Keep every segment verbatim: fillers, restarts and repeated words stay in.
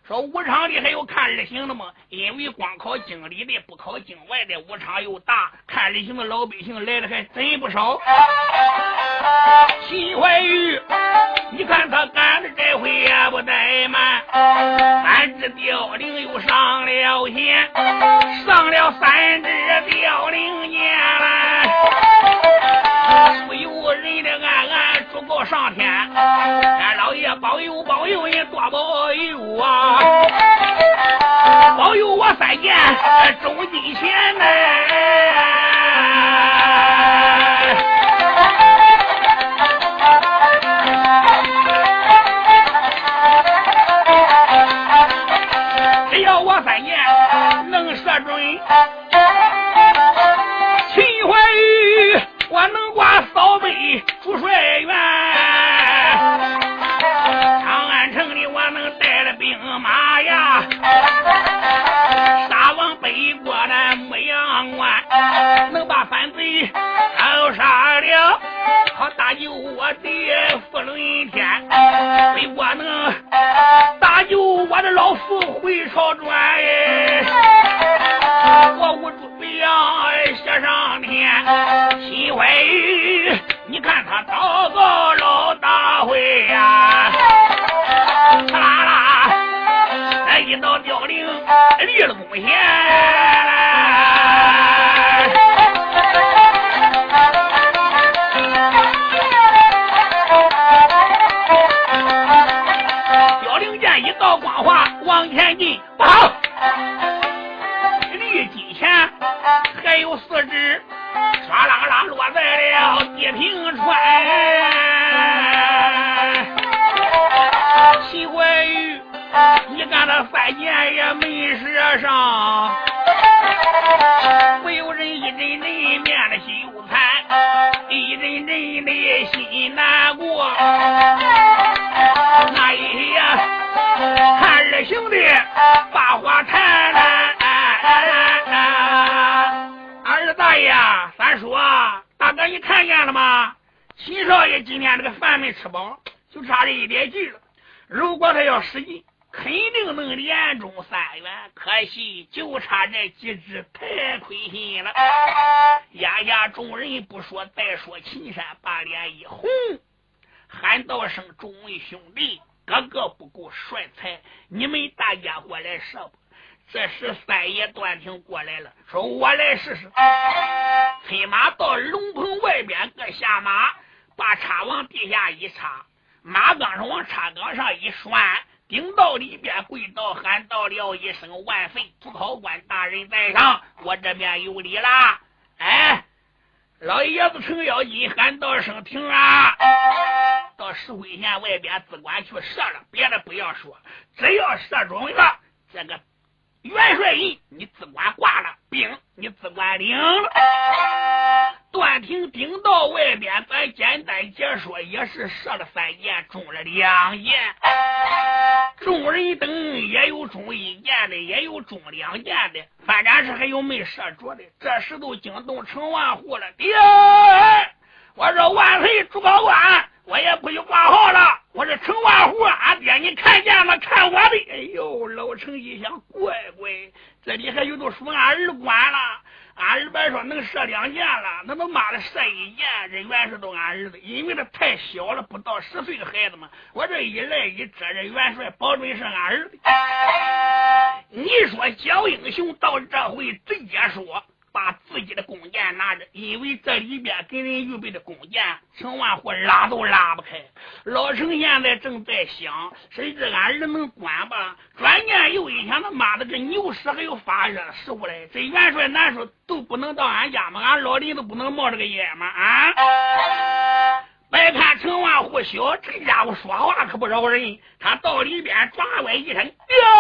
说武场里还有看日行的吗？因为光考经里的不考境外的，武场又大，看日行的老百姓来的还真不少。秦怀玉，你看他赶的这回也不怠慢，三只凋零又上了线，上了三只凋零箭了。所有人的安安祝告上天，俺老爷保佑保佑也多保佑啊！保佑我三件中金钱呢！只要我三件能射准，秦怀玉我能挂扫北主帅员，长安城里我能带了兵马呀，杀往北国的牧羊关，能把反贼都杀了，好搭救我的福伦天，为我能搭救我的老父回朝转，我无主北洋写上天。秦怀玉你看他祷告老大会呀，嚓啦啦这一道凋零立了功贤，凋零剑一道光华往前进，不好，离金钱还有四只，唰啦啦落在了地平川。秦怀玉你看他三箭也没射上，不有人一阵阵面的心忧惨，一阵阵的心难过。那一呀看日行的把话谈了，二大爷三叔啊，大哥你看见了吗？秦少爷今天这个饭没吃饱，就差这一点劲了。如果他要使劲，肯定能连中三元，可惜就差这几只，太亏心了。眼下众人不说，再说秦山把脸一红，喊道声众位兄弟，个个不够帅才，你们大家伙来射吧。这时三爷段挺过来了，说我来试试。催马到龙棚外边各下马，把叉往地下一插，马杠上往叉杠上一拴，顶到里边跪倒喊到了一声万岁，主考官大人在上，我这边有礼啦。哎，老爷子程咬金喊道声停啊，到石灰县外边自管去射了，别的不要说，只要射准了这个元帅印，你自管挂了，兵你自管领了。段挺顶到外边，咱简单解说，也是射了三箭，中了两箭。众人等也有中一箭的，也有中两箭的，反正是还有没射着的。这时都惊动程万户了，爹！我说万岁主考官，我也不许挂号了。我说程万户，俺爹你看见了，看我的。哎呦，老程一想，乖乖，这里还有都属俺儿管了。俺儿本说能射两箭了，那他妈的射一箭，这元帅都俺儿子，因为他太小了，不到十岁的孩子嘛。我这一来一遮，这元帅保准是俺儿子。你说小英雄到这回直接说，把自己的弓箭拿着，因为这里边给人预备的弓箭，程万户拉都拉不开。老程现在正在想，谁知俺儿子能管吧？转念又一想，他妈的这牛屎还有发热的食物嘞！这元帅难说都不能到俺家吗？俺老林都不能冒这个烟吗？啊！别看程万户小，这家伙说话可不饶人。他到里边抓歪一声，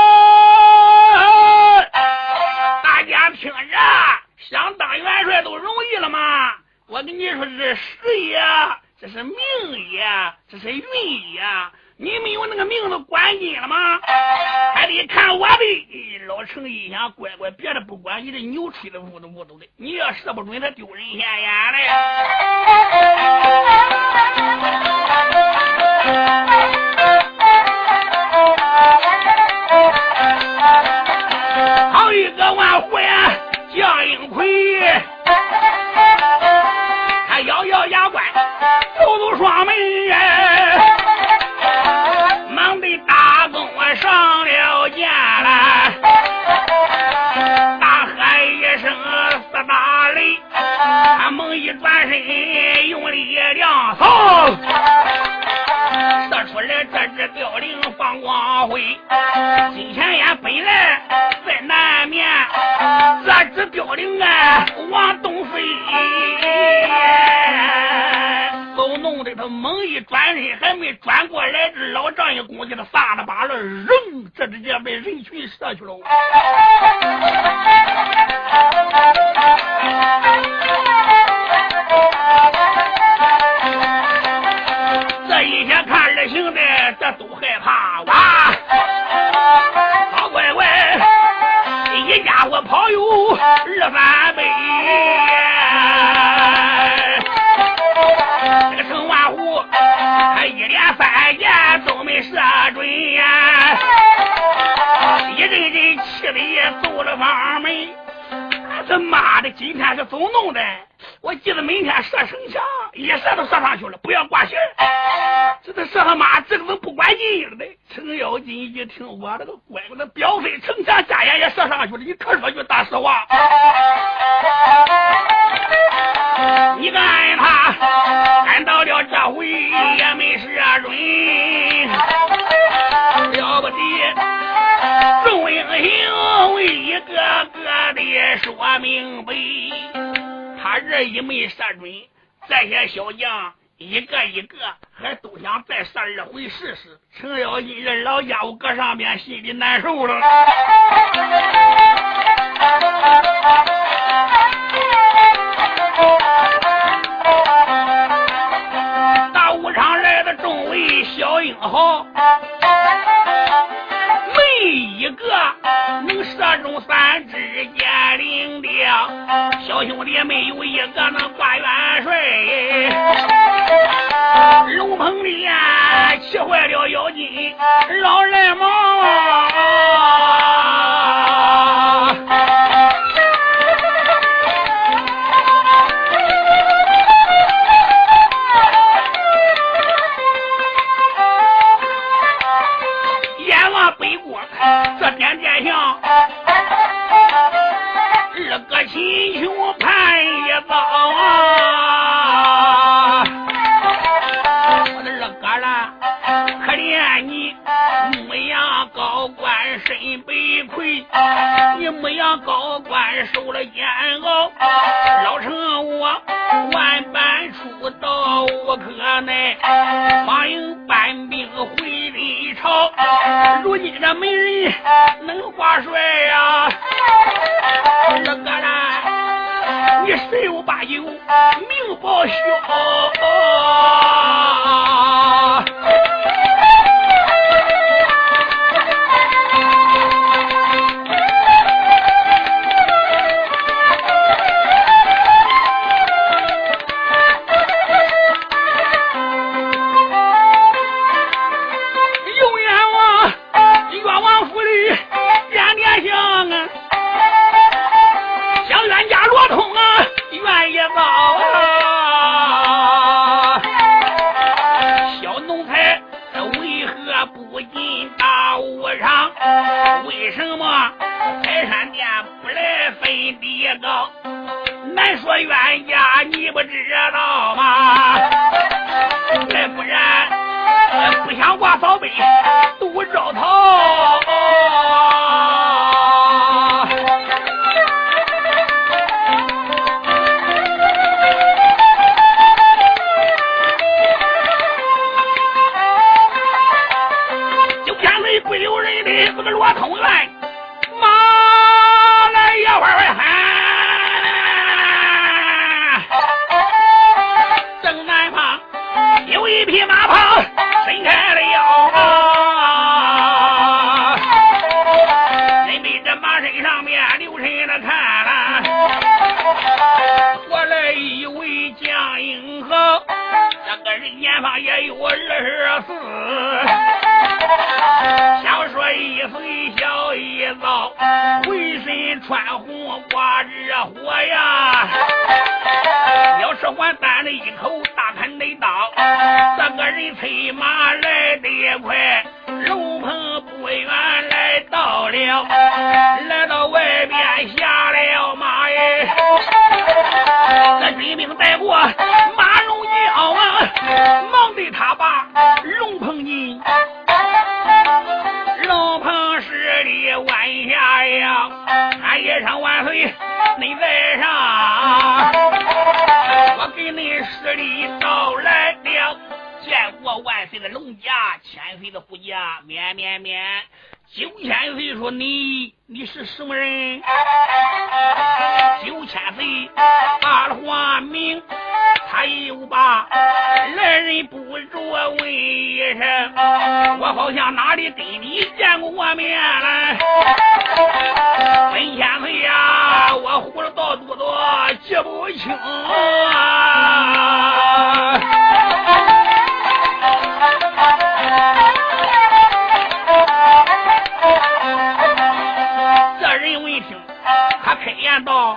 大家听着，想当元帅都容易了吗？我跟你说，这是时也，这是命也，这是运也。你们有那个命都管紧了吗？还得看我的。老程一想，乖乖，别的不管，你这牛吹的呜嘟呜嘟的，你要射不准，他丢人现眼了呀。 金钱眼本来在南面，这只凋零啊往东飞，都弄得他猛一转身，还没转过来，这老丈一弓给他撒了把了，扔，这直接被人群射去了。这一些看二行的，这都害怕哇！好乖乖，一家伙跑有二三百，这个陈万虎他一连三箭都没射准呀，一阵阵气的也走了房门。这妈的，今天是怎么弄的？我记得明天射城墙，一射都射上去了，不要挂线。这他射他妈，这个都不管劲了的。程咬金一听，我这个乖乖的表飞城墙下眼也射上去了，你可说句大实话。你看他看到了这回也没射准，了不得，众英雄为一个个的说明白。他这一没射准，这些小将一个一个还都想再射二回试试。程咬金这老家伙搁上边心里难受了。大武场来的众位小英豪，没一个能射中三支箭翎的，小兄弟没有一个能挂元帅。龙鹏的呀气坏了妖精老赖毛，眼望北国这点点像二个秦琼盼一遭啊！我的二哥啦，可怜你牧羊高官身被亏，你牧羊高官受了煎熬，老成我万般出道无可奈，马营搬兵回临朝，如今这没人能挂帅呀！二哥啦，你十有八九命报销。有冤枉，冤枉府里点点香啊！像冤家罗通啊，冤也遭啊！小奴才为何不进大武场？为什么泰山殿不来分地高？难说冤家你不知道吗？再不然不想挂扫北都绕逃。不留人的这个罗通院，马来一会儿喊，正南方有一匹马跑伸开了腰啊！人被这马身上面留神的看了，我来一位将英豪，这个人年方也有二十四。小说一岁小一遭，浑身穿红挂着火呀，要是还担了一口大砍的刀，这个人催马来得快，龙鹏不远来到了，来到外边下了马耶，这军兵带过马龙骄啊，忙对他把龙鹏进龙鹏里万下呀，俺一声万岁你在上，我给你十里到来了，见过万岁的龙家，千岁的胡家，免免免。九千岁说你你是什么人？九千岁把了话名，他又把来人不着问一声，我好像哪里跟你见过面了？本千岁呀，我胡了到肚子记不清啊。这人一听，他开言道：“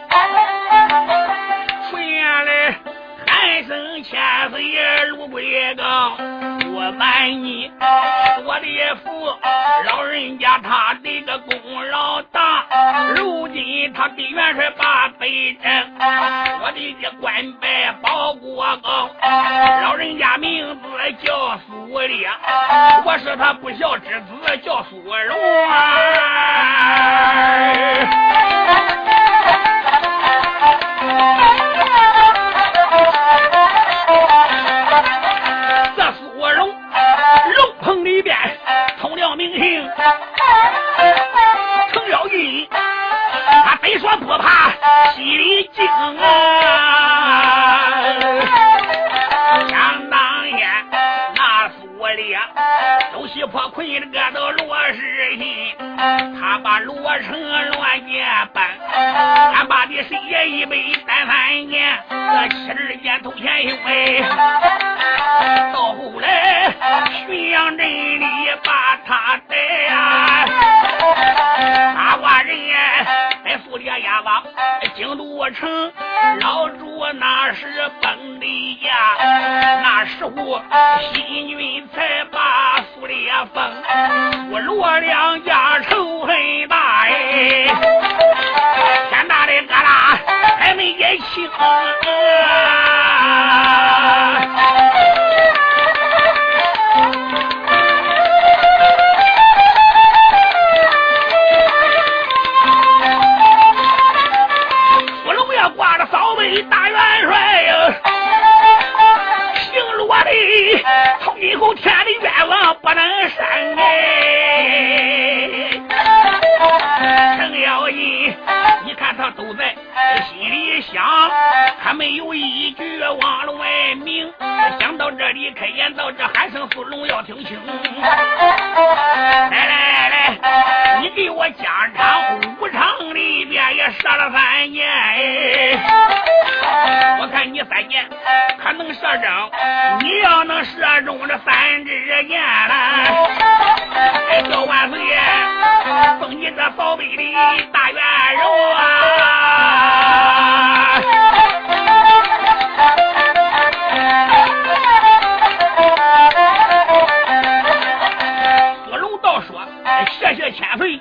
出言来，喊声千岁卢贵刚，我瞒你，我的父老人家他这个功劳大，如今他给元帅把北镇，我的这官拜报国高，老人家名字叫苏烈，我是他不孝之子，叫苏荣啊。”这苏荣龙棚里边通了名姓，程咬金他非说不怕心里惊啊。想当年那苏烈都西破困的个都罗世信，他把罗成乱箭班，他把的谁也一杯三三年，这七十年头前兄哎，到后来浔阳镇里把他逮呀，八卦人呀在苏烈押往京都城，老主那是崩的呀，那时候新军才把苏烈封，我罗两家仇很大哎，天大的疙瘩还没get清啊。我龙要挂着扫北大元帅呀，姓罗的从今后天的冤枉不能删哎。程咬金你看他都在心里想，他没有一句忘了外名，想到这里开言道：“这喊声苏龙要听清，来来来，你给我讲场武场里边也射了三箭哎，我看你三箭可能射中，你要能射中这三支箭了，哎，叫万岁爷封你这扫北的大元荣啊。”苏龙道说：“谢谢千岁，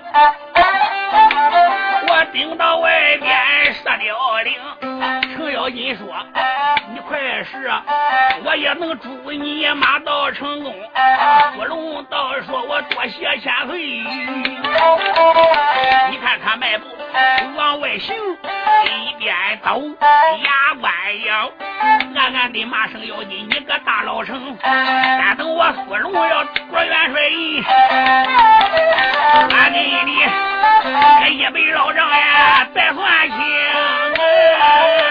我顶到外边射了铃。”程咬金说：“你快是啊，我也能助你马到成功。”苏龙道说：“我多谢千岁。”你看他迈步往外行，一边走牙关咬，暗暗的骂声咬金，你个大老成，但等我苏龙要夺元帅印，俺给你这一杯老账呀再算清啊。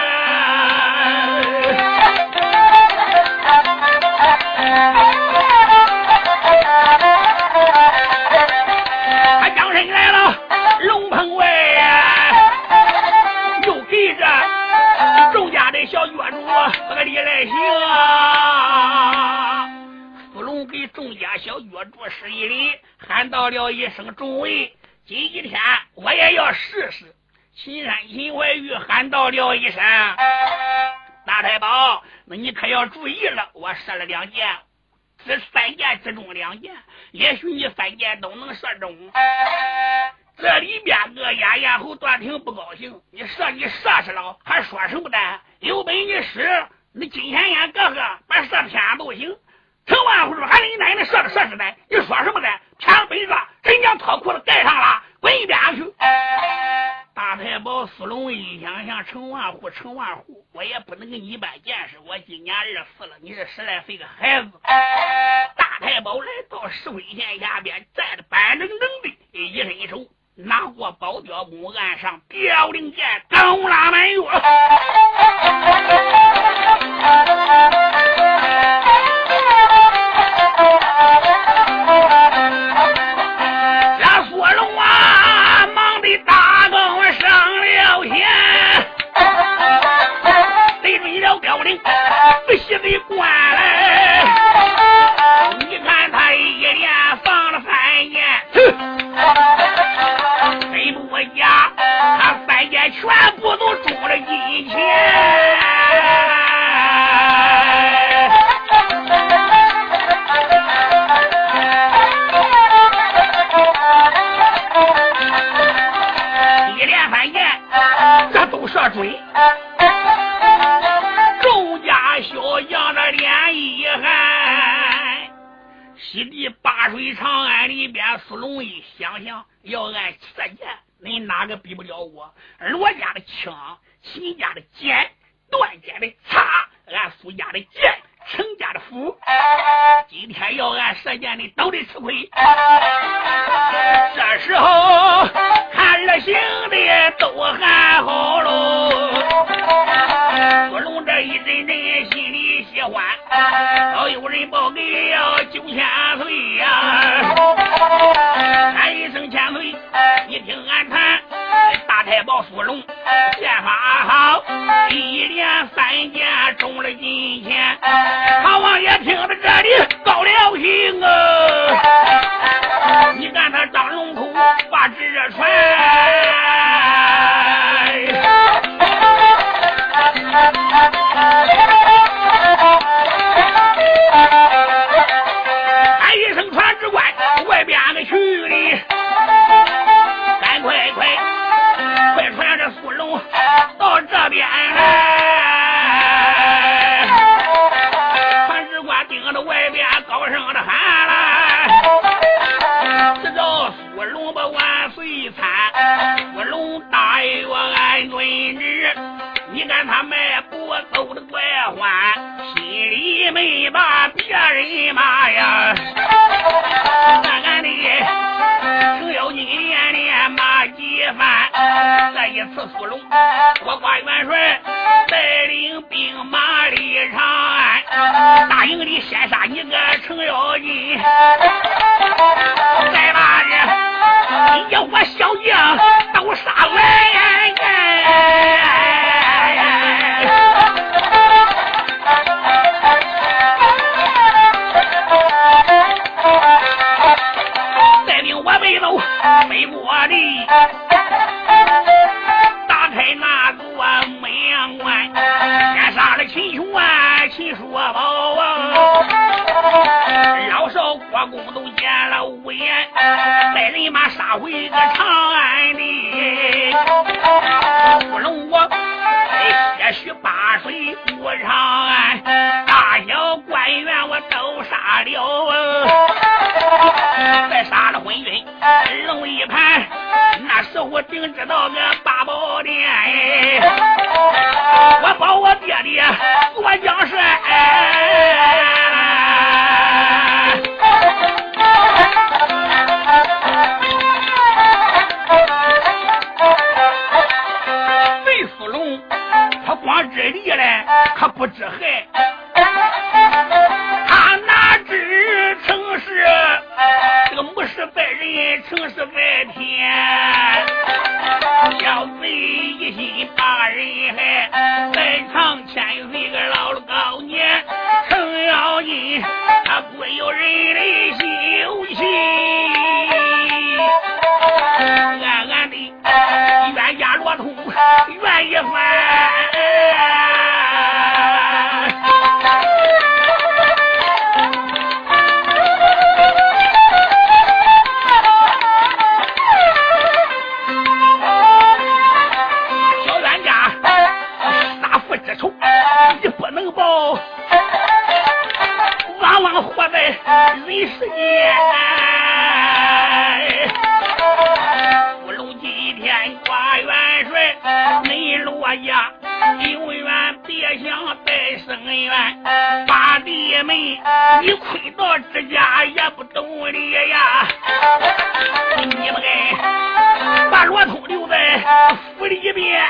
他将身来了龙棚外呀，又给着众家的小岳主这个礼来行啊。苏龙给众家小岳主施一礼，喊到了一声：“众位，今一天我也要试试。”秦山秦怀玉喊到了一声：“大太保，那你可要注意了，我射了两箭，这三箭只中两箭，也许你三箭都能射中。”这里边个哑咽喉断庭不高兴，你射你射死了，还说什么的？有本你使，你金钱眼哥哥把射偏都行。陈万虎说：“还你奶奶射的射死的，你说什么的？ 抢被子，真将脱裤子盖上了，滚一边去。大太保苏龙一想想，陈万户，陈万户，我也不能跟你一般见识，我今年二十四了，你这十来岁个孩子。大太保来到石灰线下边，站着板正正的，一伸手拿过宝雕木案上标令剑，刚拉满月。这索龙啊，忙的大更上了前，得追了标令，不惜得关来。你看他一连放了三箭，真不假，他三箭全部都中了金钱。一连三箭，这都射准。众家小将的脸一寒。西地八水长安里边，苏龙一想想，要按射箭，恁哪个比不了我？罗家的枪，秦家的剑，段家的叉，俺苏家的剑，陈家的斧。今天要按射箭的都得吃亏。这时候看热心的都喊好喽。苏龙这一阵阵心里喜欢，早有人报给要九千岁呀，喊一声千岁，你听俺谈，大太保苏龙剑法好，一连三箭中了金钱。好王爷听到这里高了兴啊，你看他张龙口把纸传，喊一声传旨官，外边个去的，赶快快快传着苏龙到这边来。传旨官盯着外边高声的喊了，这叫苏龙把万岁餐，苏龙大爷我按遵旨。你看他迈步走得怪欢，心里没把别人骂呀。看看你程咬金连连骂几番，这一次苏龙我挂元帅带领兵马离长安，大营里先杀你个程咬金，再把这一伙小将都杀来呀！带领我北走北国的，打开那座美阳关，先杀了秦琼啊，秦叔宝啊，老少国公都见了无言，带人马杀回个长安的。苏龙我些许八水过长安，大小官员我都杀了，再杀了昏君龙一盘，那时候定知道个八宝殿，我保我爹爹做将帅。对苏龙他光知利来，可不知害，他哪知成事这个母事在人，成事在天。小贼一心把人害，在场千岁个老了高年，程咬金他不有人的休息，暗暗的冤家罗通愿一番。 你亏到之家也不懂理呀！你们给把罗通留在府里边。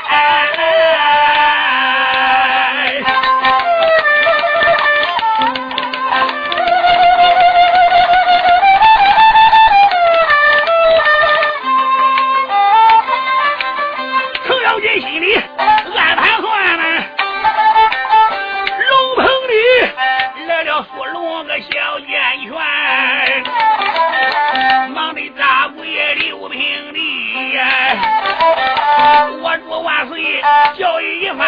程咬金心里暗盘算呢，龙棚里来了苏龙个小剑拳，忙得大鬼六平地呀！我祝万岁叫一番，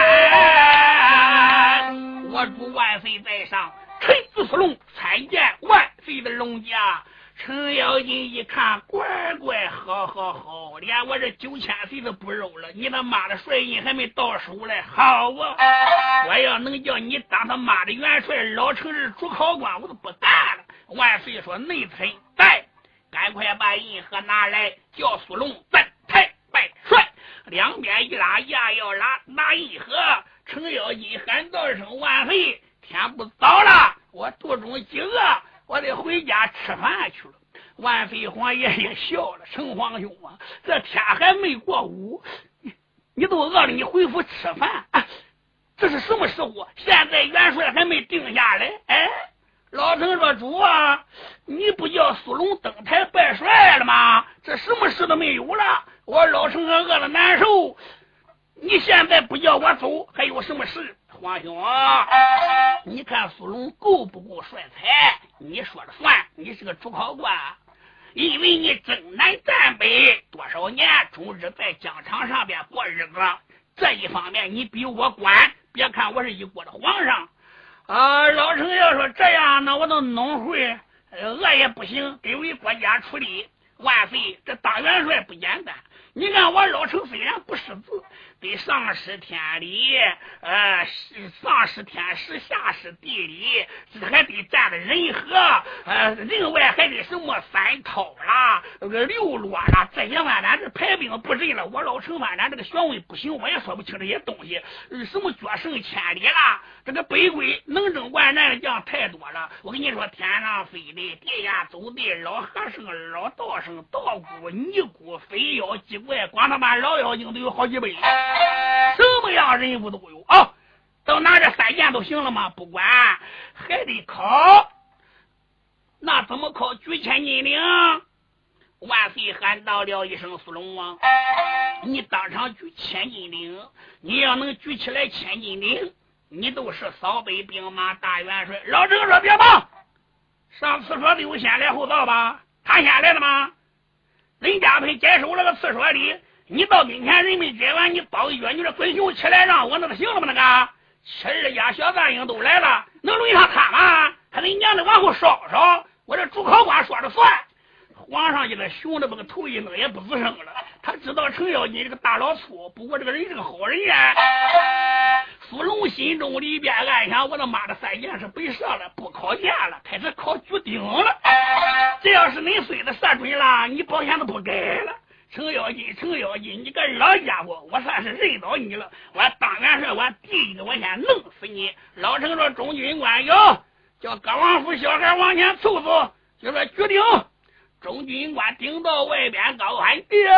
我祝万岁在上，臣子苏龙参见万岁的龙家。程咬金一看，乖乖，好好好，连我这九千岁都不肉了，你他妈的帅印还没到手嘞，好啊！我要能叫你当他妈的元帅，老程是主考官，我都不干了。万岁说：“内臣在，赶快把印盒拿来，叫苏龙登台拜帅。”两边一拉，牙要拉拿印盒。程咬金喊道声：“万岁！天不早了，我肚中饥饿。”我得回家吃饭去了。万岁皇爷也笑了，程皇兄啊，这天还没过午，你你都饿了，你回府吃饭、啊、这是什么时候？现在元帅还没定下来。哎，老程说：“主啊，你不叫苏龙登台拜帅了吗？这什么事都没有了，我老程还饿了难受，你现在不叫我走，还有什么事？”皇兄，你看苏龙够不够帅才？你说了算，你是个主考官，因为你征南战北多少年，终日在疆场上边过日子，这一方面你比我管。别看我是一国的皇上啊，老程要说这样呢，我都弄会饿也不行，得为国家出力。万岁，这当元帅不简单。你看我老程虽然不识字，得上识天理，呃，上识天时，下识地理，这还得占着人和，呃，另外还得什么三韬啦，那个六落啦，这些玩意这排兵布阵了。我老程玩意这个学问不行，我也说不清这些东西。什么决胜千里啦，这个北归能征惯战的将太多了。我跟你说，天上飞的，地下走的，老和尚、老道生、道姑、尼姑、飞妖、鸡怪，光他妈老妖精都有好几百，什么样人物都有啊！到哪这三件都行了吗？不管，还得考。那怎么考？举千斤顶。万岁喊到了一声：“苏龙王，你当场举千斤顶。你要能举起来千斤顶，你都是扫北兵马大元帅。”老郑说：“别忙，上次说的有先来后到吧？他先来了吗？人家陪接手那个厕所里，你到跟前人没接完，你包一脚，你这孙雄起来让我那不行了吗？那个七二家小大英都来了，能轮上他吗？还得娘的往后稍稍，我这主考官说了算。”皇上这个熊的把个头一弄也不吱声了，他知道程咬金这个大老粗，不过这个人是个好人呀。苏龙心中里边暗想：我的妈的，三件是白射了，不考剑了，开始考举鼎了。这要是恁孙子射准了，你保险都不该了。程咬金，程咬金，你个老家伙，我算是认到你了。我当元帅，我第一个我先弄死你。老程说：“中军官有，叫各王府小孩往前凑凑，就说举鼎。”中军官顶到外边高喊：“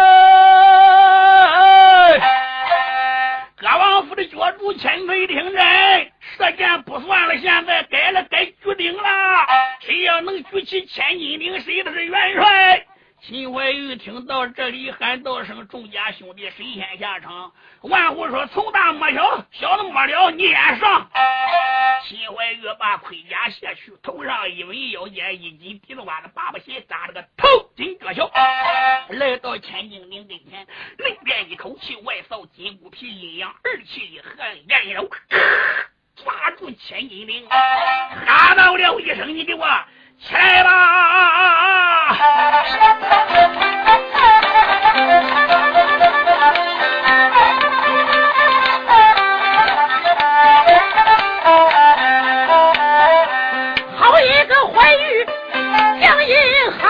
各王府的角主千岁听真，射箭不算了，现在改了，改举鼎了。谁要能举起千斤鼎，谁的是元帅。”秦怀玉听到这里，喊道声：“众家兄弟，谁先下场？”万户说：“从大摸小，小的摸了，你先上。”秦怀玉把盔甲卸去，头上一围腰间一紧，鼻子挖的粑粑鞋，扎了个头巾割小，来到千斤顶跟前，内边一口气，外扫筋骨皮阴阳，二气一合，眼揉抓住千斤顶，喊到了一声：“你给我起来吧！” 好一个怀玉将银行，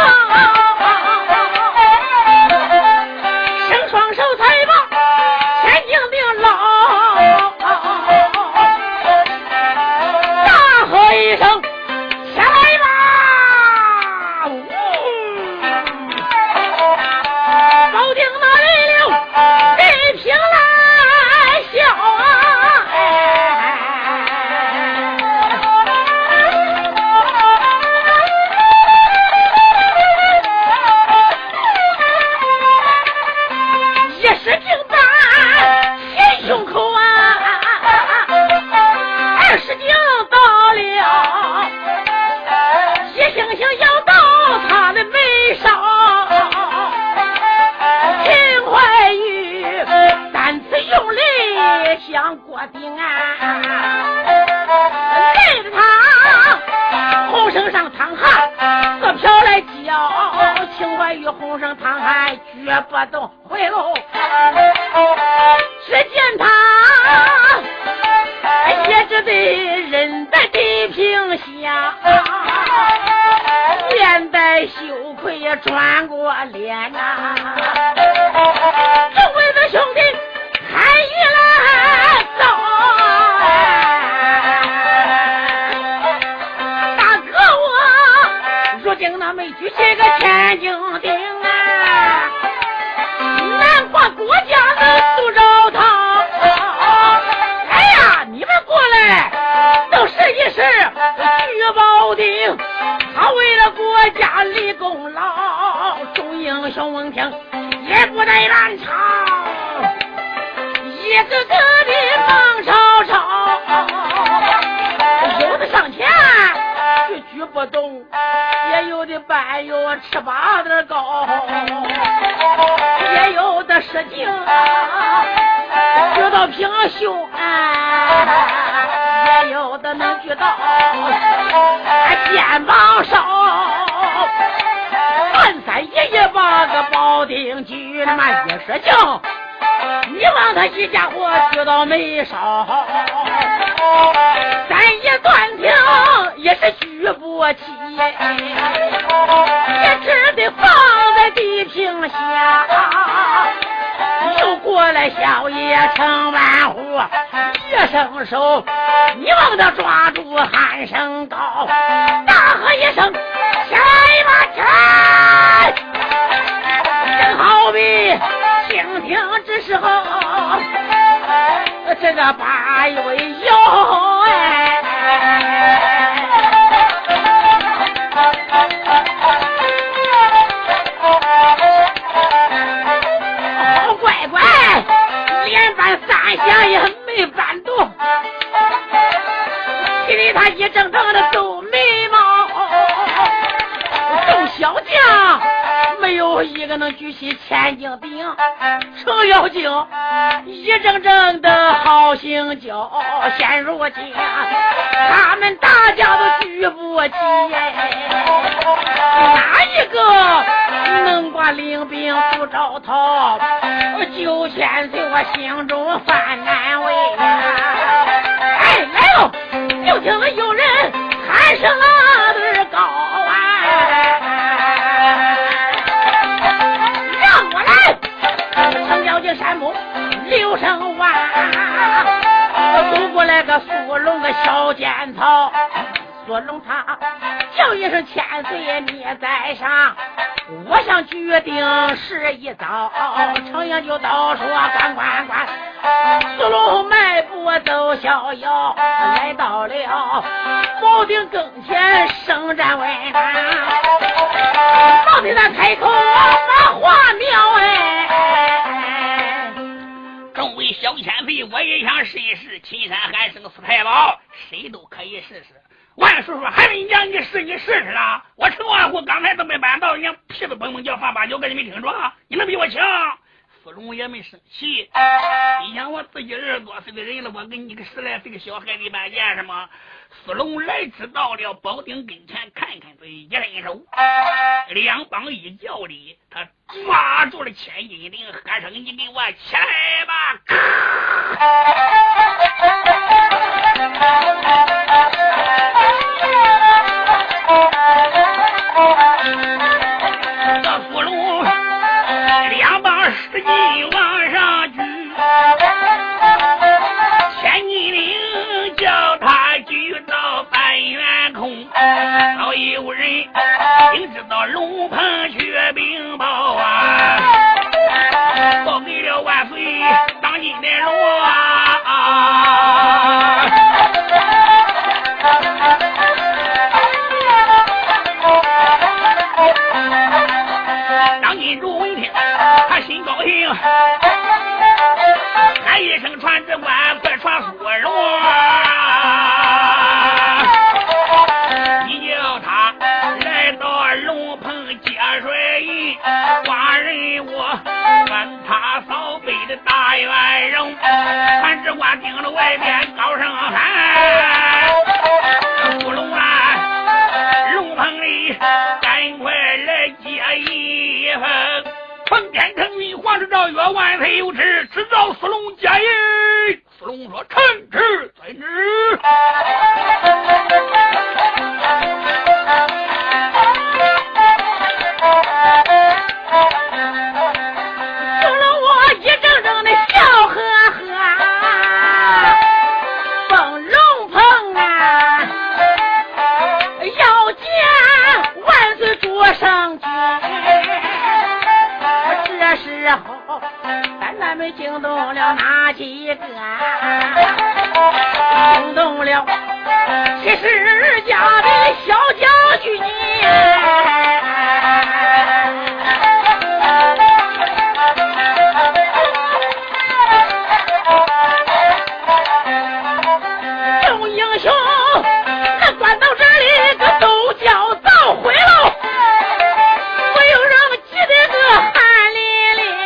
伸双手才把千斤顶捞，大喝一声：“ 往过顶啊，累着他红绳上淌汗，各飘来叫，情怀与红绳淌汗绝不动回喽。只见他也只得人在地平下，面带羞愧也转过脸呐、啊。周围的兄弟看一来走，大哥我如今那没举起个千斤顶啊，难怪国家的苏州堂。哎呀，你们过来都试一试举宝鼎，他为了国家立功劳，众英雄闻听也不得乱吵，一个个的忙吵吵，有的上前就举不动，也有的半有尺八的高，也有的使劲举到平胸啊，也有的能举到肩膀上，三三爷爷把个宝鼎举，他妈一使劲，你往他一家伙举到没少，三爷断听也是举不起，也只得放在地平下。又过来小爷程万户，一伸手，你往他抓住喊声高，大喝一声起来吧起来，正好比蜻蜓之时候这个八位摇哎，好乖乖，连搬三下也没搬动，心里他一整整的皱眉毛，众小将没有一个能举起千斤顶，程咬金一整整的好行脚，现如今他们大家都举不起，哪一个能把领兵不招逃？九千岁我心中犯难为呀！哎，来喽！就听了有人喊声啊的高啊，让我来！程咬金山姆刘声万，走过来个苏龙个小尖草，苏龙他叫一声千岁你在上，我想决定是一早，程咬就倒说关关关，苏龙迈步走逍遥，来到了宝鼎跟前声战问啊，宝鼎他开口把话苗哎， 众位小千岁，我也想试一试秦山喊声四太保，谁都可以试试。万叔叔还没让你试，你试试啊！我程万户刚才都没办到，人家屁都蹦蹦叫发八九个，你没听着？你能比我强？苏龙也没生气，你想我自己二十多岁的人了，我跟你个十来岁的小孩子办见什么？苏龙来迟到了宝鼎跟前看看，这一伸手，两帮一较力，他抓住了千斤顶，喊声：“你给我起来吧！”这苏龙两帮使劲往上举，千斤顶叫他举到半圆空，早有人应知道龙鹏缺兵报啊，报给了万岁当今的龙啊！当今主闻听，他心高兴，喊一声传旨官，快传苏龙啊！你叫他来到龙鹏接水营，寡人我跟他扫北的大大元荣，韩知官盯着外边高声喊：不龙啊，龙棚里赶快来接一份，奉天承运，皇上诏曰万岁有旨，只召司龙接应。司龙说：臣旨遵旨。 惊动了哪几个？惊动了七十家的小将军。众英雄那关到这里个都叫遭毁了，没有人记得个汗淋淋。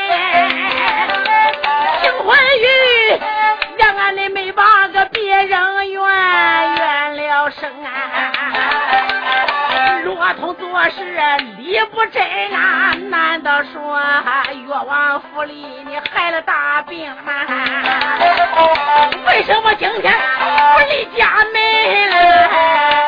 关于让俺的没把个别人怨怨了生啊，骆驼做事理不真啊，难道说越王府里你害了大病吗？为什么今天不离家门了？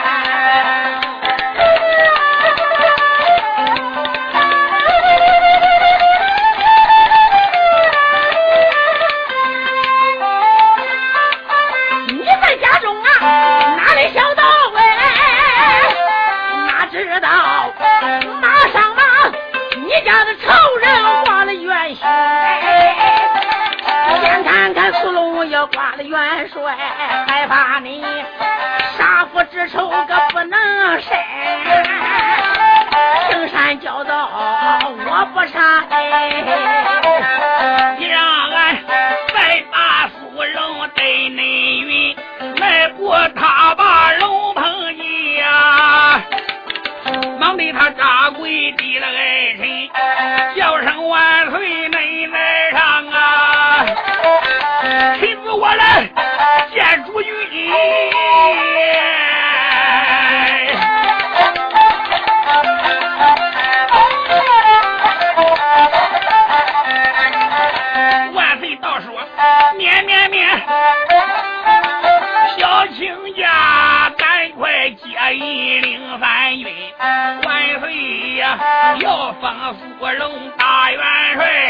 挂了元帅，害怕你杀父之仇个不能伸，青山教导我不杀， 你让俺再把苏龙对内云，来不他把龙棚一呀，忙得他扎跪地了爱臣，叫声万岁内在上啊！亲自我来见主君，万岁到说面面面，小卿家赶快接引领三军，万岁呀要封苏龙大元帅，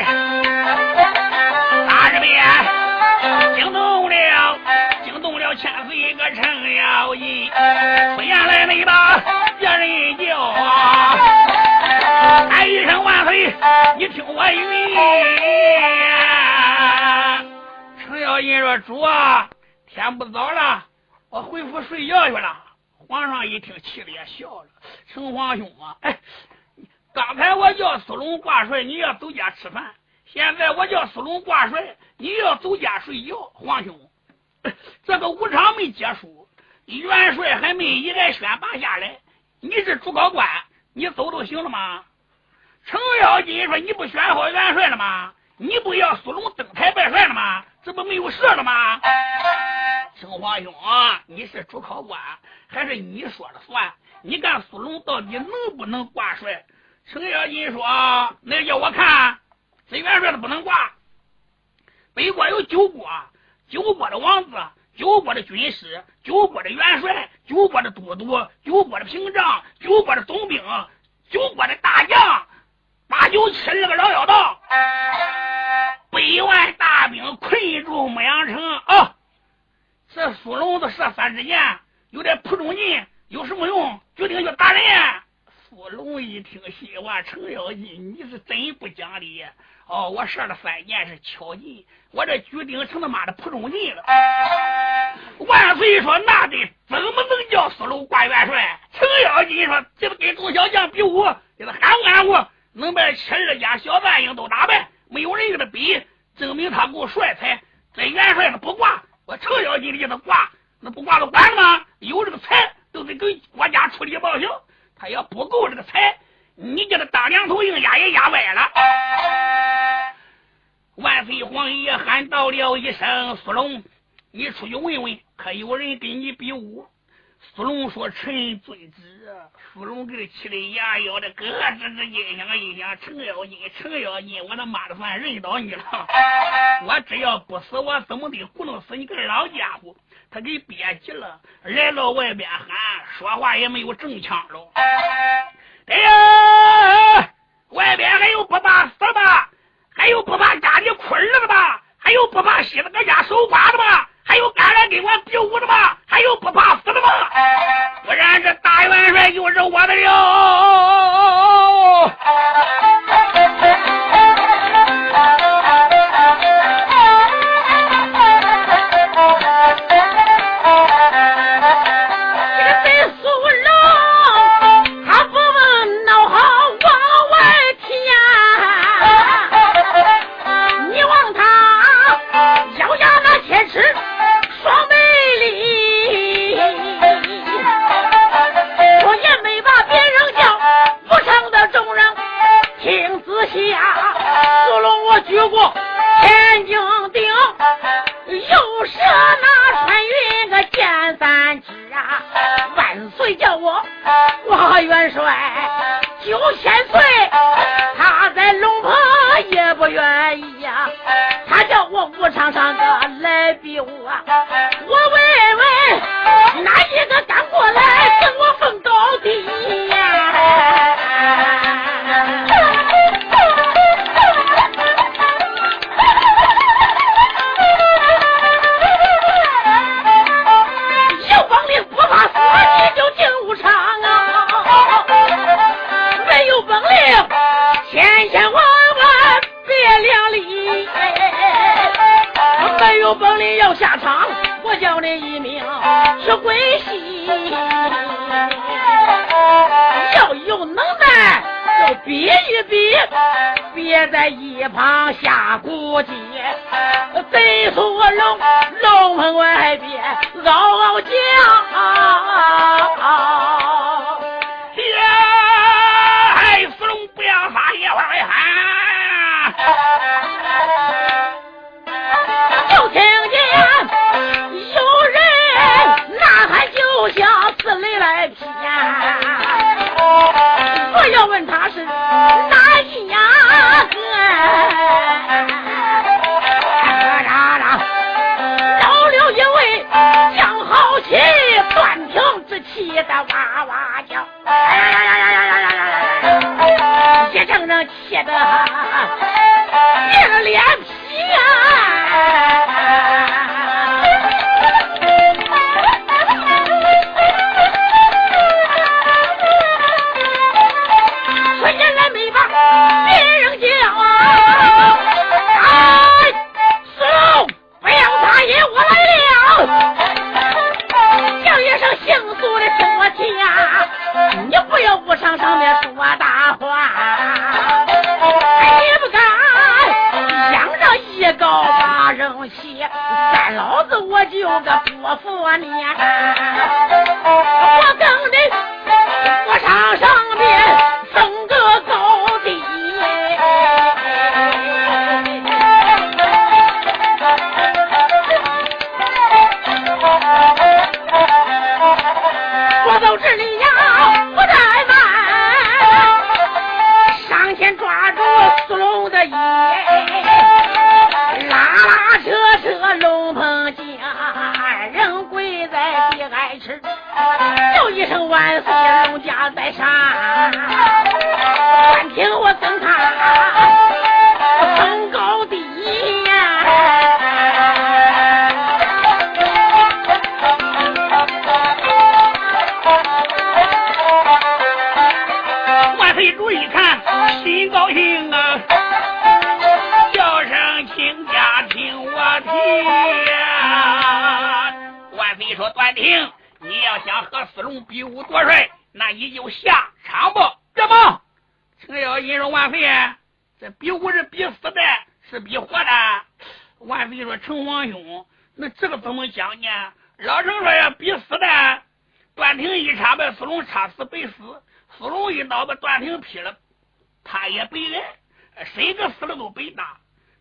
大这边惊动了，惊动了千岁个程咬金，出言来没把别人叫啊！喊一声万岁，你听我云。程咬金说：“主啊，天不早了，我回府睡觉去了。”皇上一听，气得也笑了：“程皇兄啊，哎，刚才我叫苏龙挂帅，你要走家吃饭。”现在我叫苏龙挂帅，你要走家睡觉，皇兄，这个武场没结束，元帅还没一概选拔下来，你是主考官，你走都行了吗？程咬金说：“你不选好元帅了吗？你不要苏龙登台拜帅了吗？这不没有事了吗？”程皇兄啊，你是主考官，还是你说了算？你看苏龙到底能不能挂帅？程咬金说：“那叫我看。”这元帅的不能挂，北国有九国，九国的王子，九国的军师，九国的元帅，九国的都督，九国的屏障，九国的总兵，九国的大将，八九七十个老妖道，百万大兵困住牧羊城啊！这苏龙的射三支箭，有点扑中劲，有什么用？决定要打人。苏龙一听，心话：程咬金，你是真不讲理！哦，我射了三箭是巧劲，我这举鼎成他妈的扑中劲了。万岁说：“那得怎么能叫苏龙挂元帅？”程咬金说：“这个跟众小将比武，这个含糊含糊，能把七二家小半营都打败，没有人跟他比，证明他够帅才。这元帅他不挂，我程咬金给他挂，那不挂都管了吗？有这个才都得给国家出力报销，他要不够这个才，你叫他当两头硬压也压歪了。”万岁皇爷喊道了一声：“苏龙，你出去问问，可有人跟你比武？”苏龙说：“臣遵旨。”苏龙给他气得牙咬的咯吱吱一响一响。程咬金，程咬金，我他妈的算认到你了！我只要不死，我怎么得糊弄死你个老家伙！他给憋急了，来到外边喊，说话也没有正腔了。哎呀，外边还有不怕死的吧？还有不怕赶你捆了的吧？还有不怕洗了个家手刮的吧？还有敢来跟我比武的吧？还有不怕死的吧？不然这大元帅就是我的了。举过天津顶，又是那穿云个剑三支啊！万岁叫我哇元帅九千岁，他在龙棚也不愿意呀、啊。他叫我武场上个来比武啊！我问问哪一个敢过来跟我分高低呀、啊？千千万万别两理，没有本领要下场，我叫你一命去归西。要有能耐就比一比，别在一旁下估计。贼说龙龙门外边嗷嗷叫。就听见有人呐喊，就像刺雷来劈呀！我要问他是哪一呀个？老刘因为将好气，断听之气的哇哇叫，一阵阵气的变了脸皮呀、啊！说原来没把别人叫啊！哎，苏不要打野，我来了！叫一声姓苏的听我听啊！你不要武场上面说大话，你不敢仰着一高八人气，三老子我就个不服你，我跟你武场上面分个高低。我到这里呀不怠慢，上前抓住苏龙的衣，拉拉扯扯龙棚进，二人跪在地挨吃，叫一声万岁龙家在上，官听我跟他分高低呀。费主一看心高兴啊，叫声请假听我提呀。万岁说段听，你要想和四龙比武夺帅，那你就下场吧。这不，程咬金说万岁，这比武是比死的，是比活的。万岁说程皇兄，那这个怎么讲呢？老程说要比死的，段听一插把四龙插死白死。四龙一刀把段挺劈了，他也白挨，谁个死了都白搭。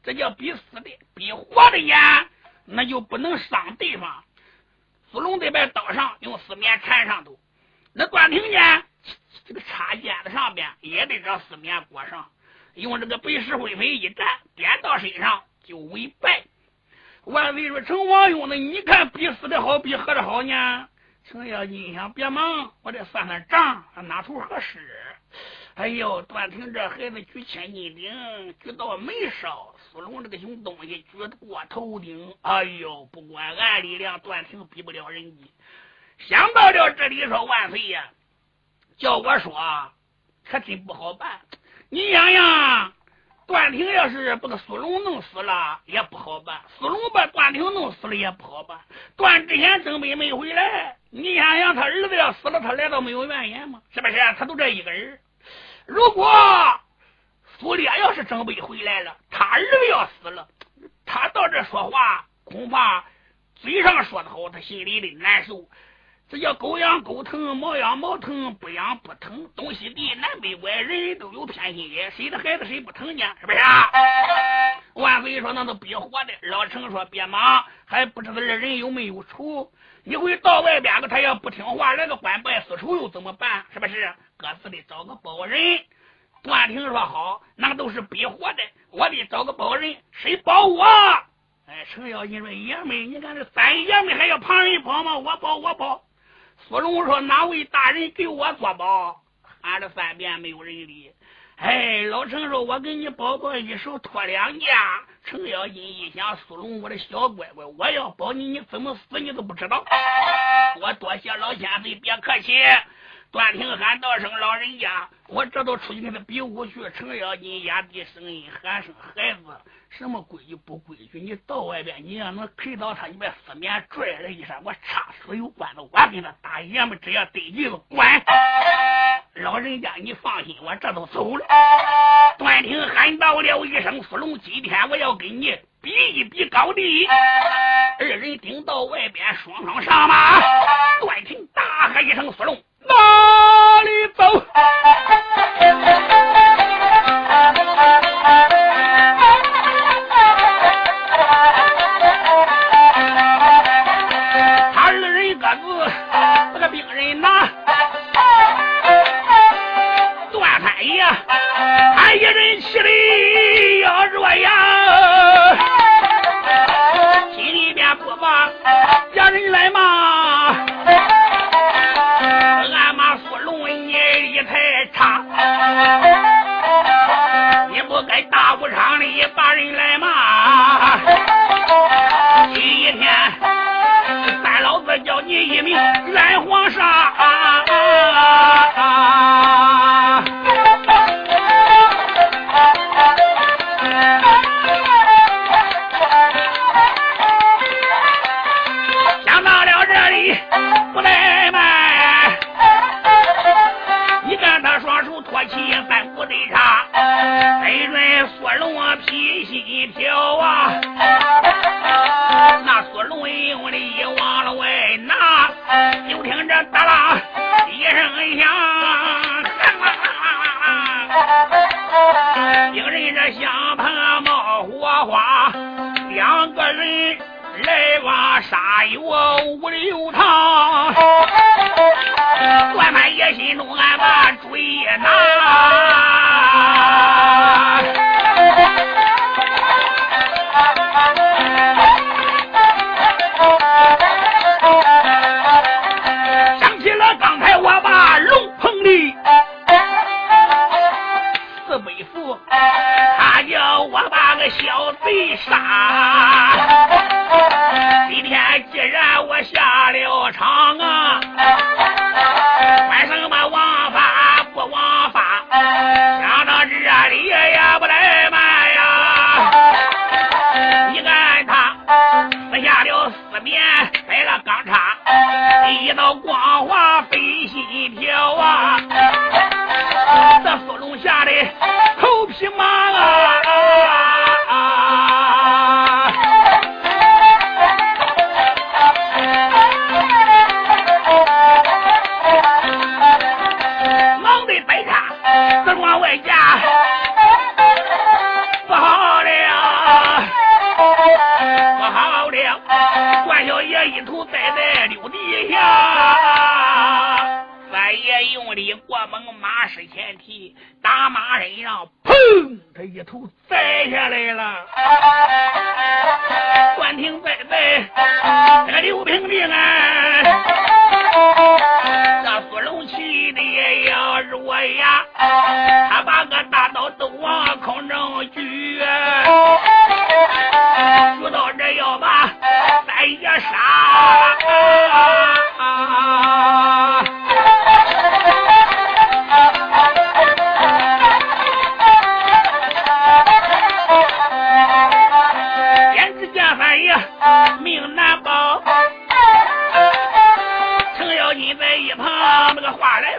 这叫比死的，比活的严，那就不能伤对方。苏龙得把刀上用丝棉缠上头，那段庭呢，这个插尖子上边也得找丝棉裹上，用这个白石灰粉一蘸，点到身上就为白。万岁说：“陈王用的，你看比死的好，比活的好呢？”程咬金想：“别忙，我得算算账，哪头合适。”哎呦，段庭这孩子举千斤顶，举到没烧；苏龙这个熊东西举过头顶。哎呦，不管按力量，段庭比不了人家。想到了这里，说：“万岁呀，叫我说，可真不好办。你想想，段庭要是把个苏龙弄死了，也不好办；苏龙把段庭弄死了，也不好办。段之前正北没回来，你想想，他儿子要死了，他来到没有怨言吗？是不是？他都这一个人。如果苏烈要是正北回来了，他儿子要死了，他到这说话，恐怕嘴上说的好，他心里的难受。这叫狗养狗疼，猫养猫疼，不养不疼。东西地南北外，人人都有偏心眼，谁的孩子谁不疼呢？是不是啊？万岁说：“那都别活的。”老程说：“别忙，还不知道这人有没有仇。你会到外边个，他要不听话，来个官拜私仇又怎么办？是不是？各自得找个保人。”段庭说：“好，那都是别活的，我得找个保人，谁保我？”哎，程咬金说：“爷们，你看这三爷们还要旁人保吗？我保，我保。”苏龙说：“哪位大人给我做保？”喊了三遍没有人理。哎，老程说：“我给你保保一手托两家。”程咬金一想：苏龙，我的小乖乖，我要保你，你怎么死你都不知道。我多谢老千岁，别客气。段庭喊道声：“老人家，我这都出去跟他比武去。”程咬金压低声音喊声：“孩子，什么规矩不规矩？你到外边，你要能看到他，你把四面拽了一声，我插死有关的，我跟他打爷们，只要得劲了，滚！”老人家，你放心，我这都走了。段庭喊到了一声：“苏龙，今天我要跟你比一比高低。”二人顶到外边，双双上马。段庭大喝一声：“苏龙，哪里走？”他二人各自这个兵人拿段三爷，他一人气力要弱呀，心里边不把家人来骂，俺妈苏龙你力太差，你不该大武场里把人来骂。今一天三老子叫你一名蓝黄沙，啊啊啊、想到了这里不怠慢，你看他双手托起三股对叉，飞润苏龙啊披心飘啊，那苏龙用力往了外拿，就听着哒啦一声响，兵人这香盆冒火花，两个人来往杀有五六趟，段满爷心中俺把主意拿。想起了刚才我把龙棚里四背负，他叫我把个小贼杀。今天既然我下了场啊，管什么王法不王法，想到这里也不来慢呀。你看他撕下了四面，摆了钢叉，一道光华飞心飘啊，这苏龙吓得头皮麻啊，啊啊忙得摆叉，这往外架不好了。 个一头栽在柳地下。三爷用力过猛，马失前蹄，打马身上，砰！这一头栽下来了。断庭栽在这个刘平定啊，这苏龙气的也要弱呀，他把个大刀都往空中举，举到这要把三爷杀。命难保，程咬金在一旁那个话来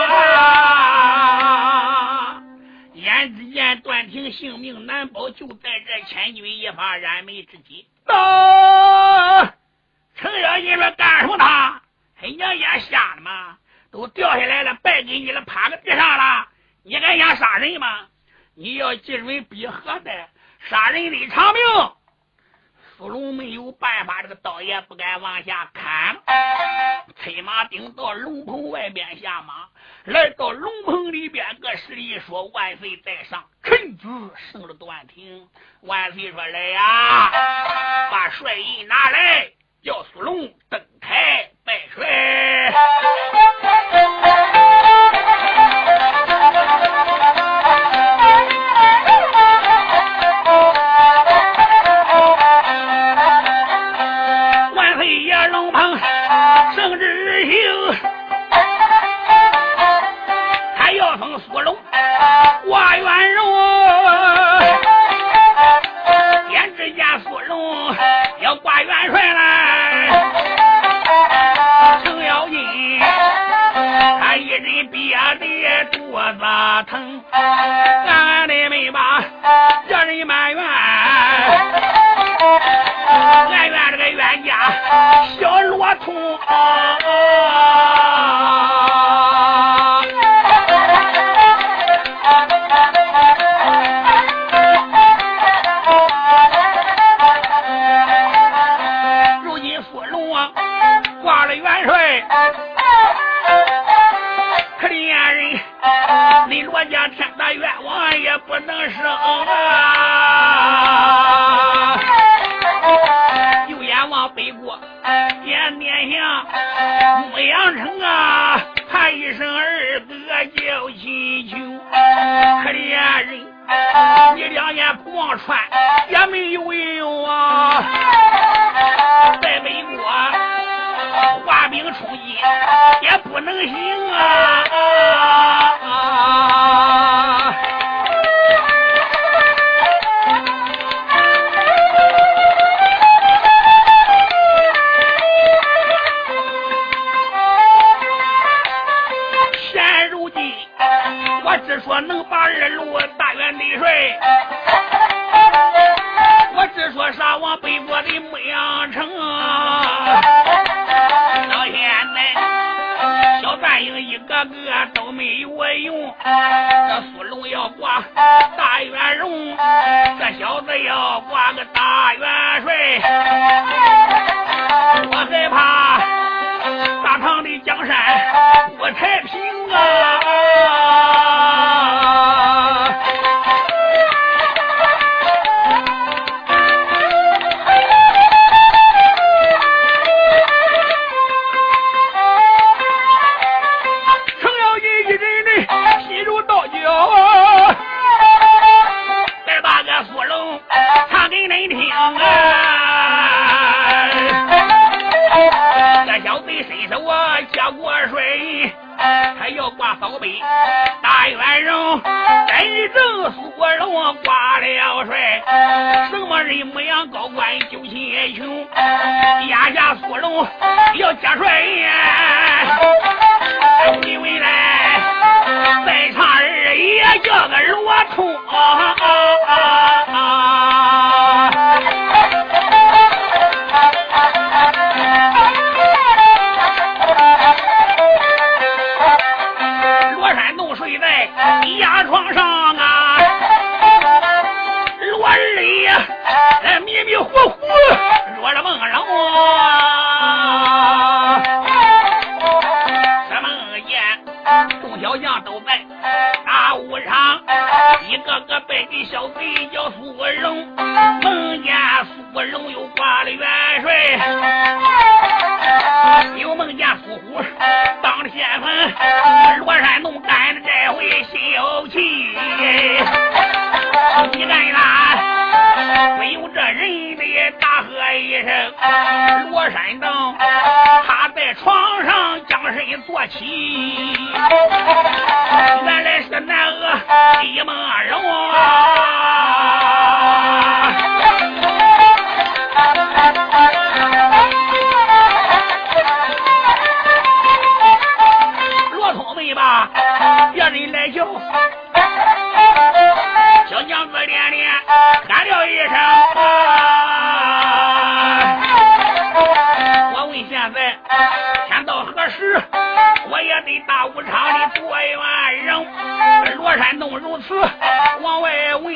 发，眼只见段庭性命难保，就在这千钧一发燃眉之急。到程咬金说干什么他？黑娘眼瞎了吗？都掉下来了，败给你了，趴在地上了，你还想杀人吗？你要进人逼何的，杀人的偿命。苏龙没有办法，这个刀也不敢往下砍，催马顶到龙棚外边下马，来到龙棚里边，个势力说万岁在上，臣子胜了段庭。万岁说来呀，把帅印拿来，叫苏龙登台拜帅。挂元荣，眼只见苏龙要挂元帅来，程咬金他一人憋得肚子疼，俺的没把叫人埋怨，俺怨这个冤家小罗通。罗家天大冤枉也不能生啊！有眼望北国，眼面向牧羊城啊，喊一声儿歌叫祈求，可怜人，你两眼不望穿也没有用啊！在北国化兵充饥也不能行啊！现如今我只说能把二路大元内帅，我只说杀往北国的牧羊城啊！到现在小半营一个个都没有用，这苏龙要挂大元荣，这小子要挂个大元帅，我害怕大唐的江山不太平啊！宝贝大元荣真正苏龙挂了帅，什么人模样高官九千穷，压下苏龙要加帅呀！因为来在场儿也叫个罗通啊啊啊啊！压床上啊，罗二爷迷迷糊糊做了梦，然后不容有挂的元帅，有梦见苏虎当着先锋，罗山洞干的这回心有气。你看他没有这人的大喝一声，罗山洞他在床上将身坐起，原来是那个李梦荣啊。罗通没吧别人来叫，小娘子连连喊了一声啊，我问现在天到何时我也得大武场里做元人，罗山洞如此往外问，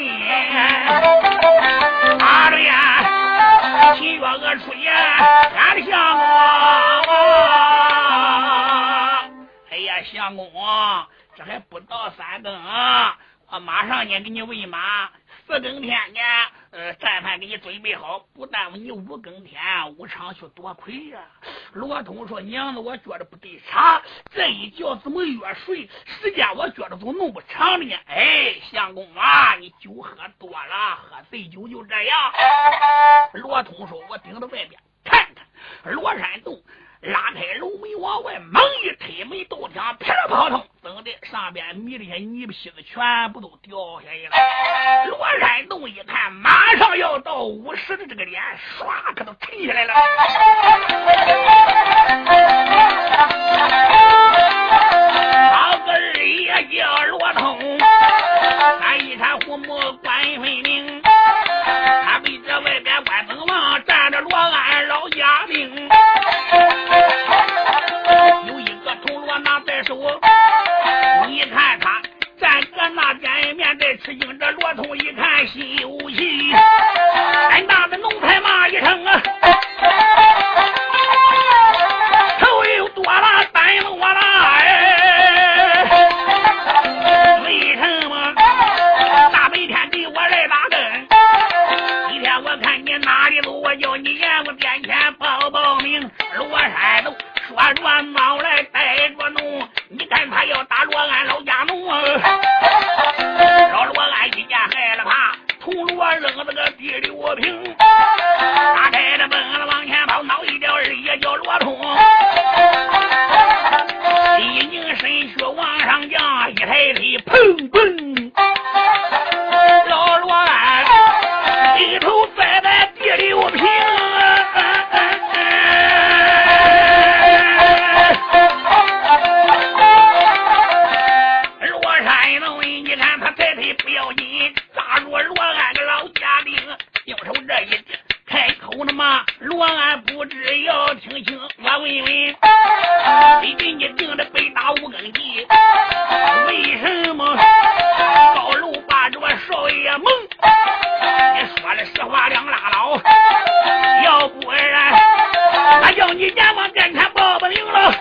他的呀秦月娥出言喊的相公，哎呀相公这还不到三更，我马上呢给你喂马，四更天呢呃战饭给你准备好，不耽误你五更天武场去夺魁呀。罗通说娘子我觉得不对茶，这一觉怎么越睡时间我觉得都弄不长了呢。哎相公啊你酒喝多了，喝醉酒就这样。罗通说我顶到外边看看，罗山洞拉开楼门往外猛一推门斗墙噼里啪通，等的上边迷的些泥皮子全部都掉下来了。罗山洞一看马上要到五十的这个脸唰可都沉下来了。好个日也叫罗通，他一看虎目关分明，他被这外边关灯王站着罗安老家兵，有一个铜锣拿在手，你看他站个那边面在吃惊，这罗通一看心有气，俺大的弄才骂一声啊，头又多了担了我了，哎，为什么大白天给我来打更？今天我看你哪里走，我叫你言我面前报报名，罗山洞说着闹来带着弄，你看他要打罗安老家弄啊！老罗安一见害了怕，铜锣扔了个第六瓶，打开的奔了往前跑，脑一掉二也叫罗通，一拧身躯往上降，一抬腿砰砰，老罗安一头栽在第六瓶。罗安不知要听清，我问问，你给你定的北打五更地，为什么高楼把着少爷蒙？你说的实话两拉倒，要不然我叫你阎王面前报不名了。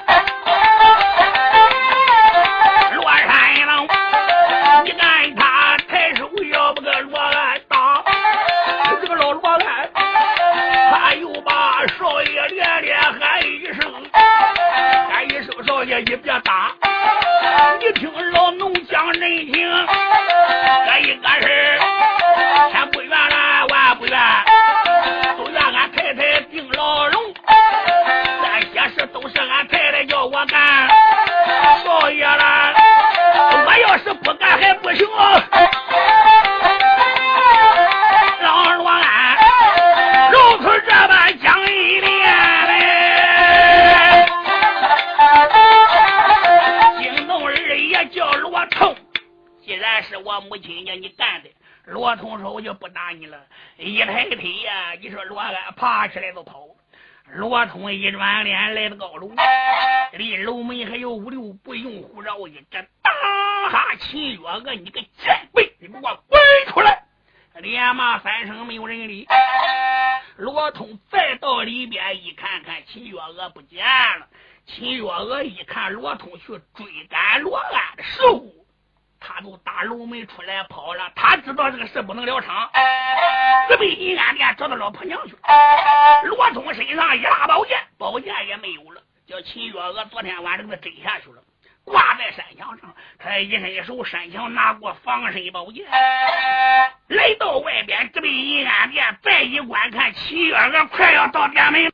罗山郎，你看他抬手要不个罗安打，这个老罗安。他又把少爷连连喊一声，喊一声少爷你别打，你听老农讲人情，这一个事天不怨了万不怨，都怨俺太太定牢笼，这些事都是俺太太叫我干，少爷了我要是不干还不行啊。老罗安如此这般讲一遍嘞，惊动二爷叫罗通，既然是我母亲叫你干的，罗通说我就不打你了，一抬腿呀、啊，你说罗安爬起来就跑，罗通一转脸来到高楼，离楼门还有五六步，用虎绕一这当下秦月娥你个贱鬼，你给我滚出来！连骂三声没有人理。罗通再到里边一看看，秦月娥不见了。秦月娥一看罗通去追赶罗安的时候，他都打楼门出来跑了，他知道这个事不能了场。 直奔银安殿找到老婆娘去了。罗通身上一拉宝剑，宝剑也没有了，叫秦月娥昨天晚上给他摘下去了，挂在山墙上。他一伸手，山墙拿过防身宝剑，来到外边直奔银安殿。再一观看，秦月娥快要到殿门，